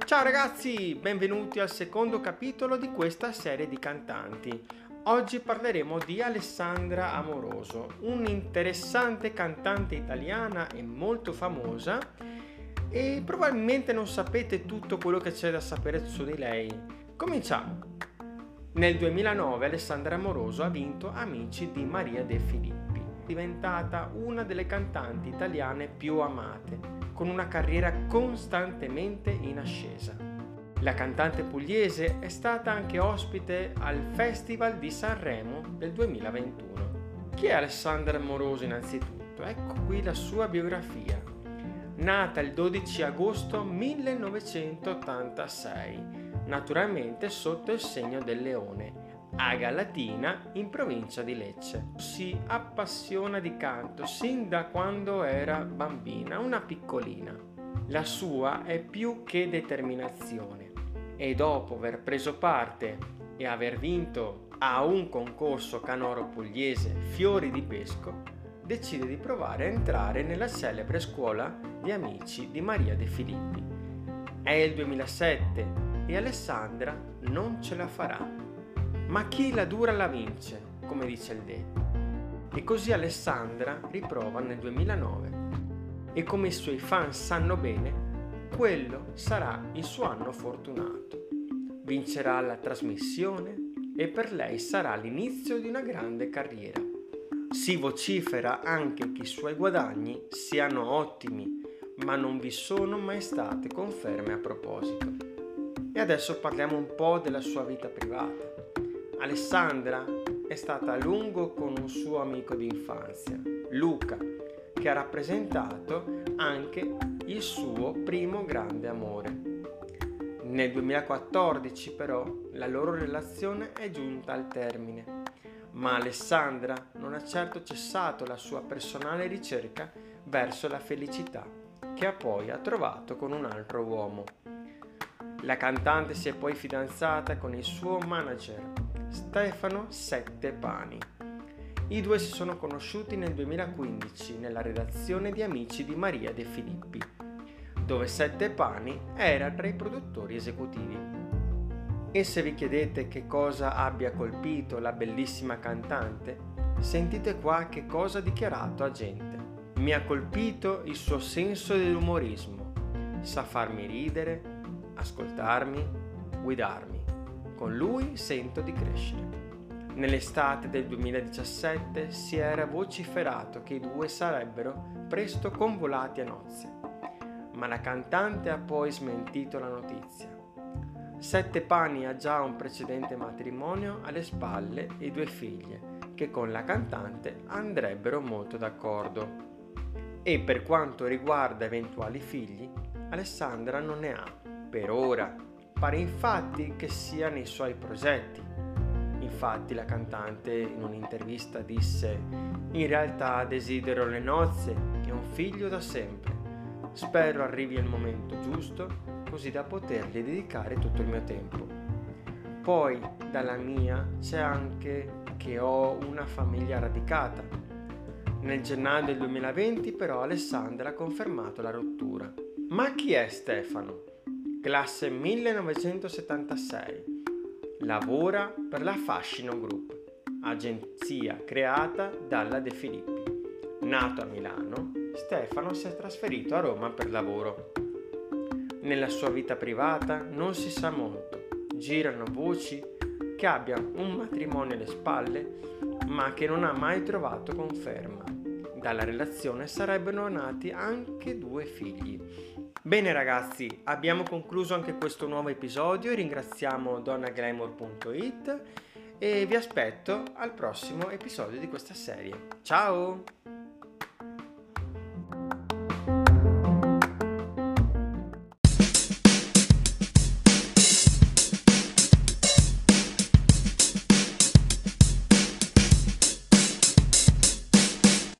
Ciao ragazzi, benvenuti al secondo capitolo di questa serie di cantanti. Oggi parleremo di Alessandra Amoroso, un'interessante cantante italiana e molto famosa, e probabilmente non sapete tutto quello che c'è da sapere su di lei. Cominciamo! Nel 2009 Alessandra Amoroso ha vinto Amici di Maria De Filippi, diventata una delle cantanti italiane più amate, con una carriera costantemente in ascesa. La cantante pugliese è stata anche ospite al Festival di Sanremo del 2021. Chi è Alessandra Amoroso innanzitutto? Ecco qui la sua biografia. Nata il 12 agosto 1986, naturalmente sotto il segno del leone, a Galatina in provincia di Lecce. Si appassiona di canto sin da quando era bambina, una piccolina. La sua è più che determinazione e dopo aver preso parte e aver vinto a un concorso canoro pugliese Fiori di Pesco, decide di provare a entrare nella celebre scuola di Amici di Maria De Filippi. È il 2007 e Alessandra non ce la farà. Ma chi la dura la vince, come dice il detto. E così Alessandra riprova nel 2009. E come i suoi fan sanno bene, quello sarà il suo anno fortunato. Vincerà la trasmissione e per lei sarà l'inizio di una grande carriera. Si vocifera anche che i suoi guadagni siano ottimi, ma non vi sono mai state conferme a proposito. E adesso parliamo un po' della sua vita privata. Alessandra è stata a lungo con un suo amico di infanzia, Luca, che ha rappresentato anche il suo primo grande amore. Nel 2014 però la loro relazione è giunta al termine, ma Alessandra non ha certo cessato la sua personale ricerca verso la felicità, che poi ha trovato con un altro uomo. La cantante si è poi fidanzata con il suo manager, Stefano Settepani. I due si sono conosciuti nel 2015 nella redazione di Amici di Maria De Filippi, dove Settepani era tra i produttori esecutivi. E se vi chiedete che cosa abbia colpito la bellissima cantante, sentite qua che cosa ha dichiarato a Gente. Mi ha colpito il suo senso dell'umorismo, sa farmi ridere, ascoltarmi, guidarmi. Con lui sento di crescere. Nell'estate del 2017 si era vociferato che i due sarebbero presto convolati a nozze, ma la cantante ha poi smentito la notizia. Settepani ha già un precedente matrimonio alle spalle e 2 figlie, che con la cantante andrebbero molto d'accordo. E per quanto riguarda eventuali figli, Alessandra non ne ha, per ora. Pare infatti che sia nei suoi progetti. Infatti la cantante in un'intervista disse: "In realtà desidero le nozze e un figlio da sempre. Spero arrivi il momento giusto così da potergli dedicare tutto il mio tempo. Poi dalla mia c'è anche che ho una famiglia radicata." Nel gennaio del 2020 però Alessandra ha confermato la rottura. Ma chi è Stefano? Classe 1976. Lavora per la Fascino Group, agenzia creata dalla De Filippi. Nato a Milano, Stefano si è trasferito a Roma per lavoro. Nella sua vita privata non si sa molto. Girano voci che abbia un matrimonio alle spalle, ma che non ha mai trovato conferma. Dalla relazione sarebbero nati anche 2 figli. Bene ragazzi, abbiamo concluso anche questo nuovo episodio. Ringraziamo donnaglamour.it e vi aspetto al prossimo episodio di questa serie. Ciao!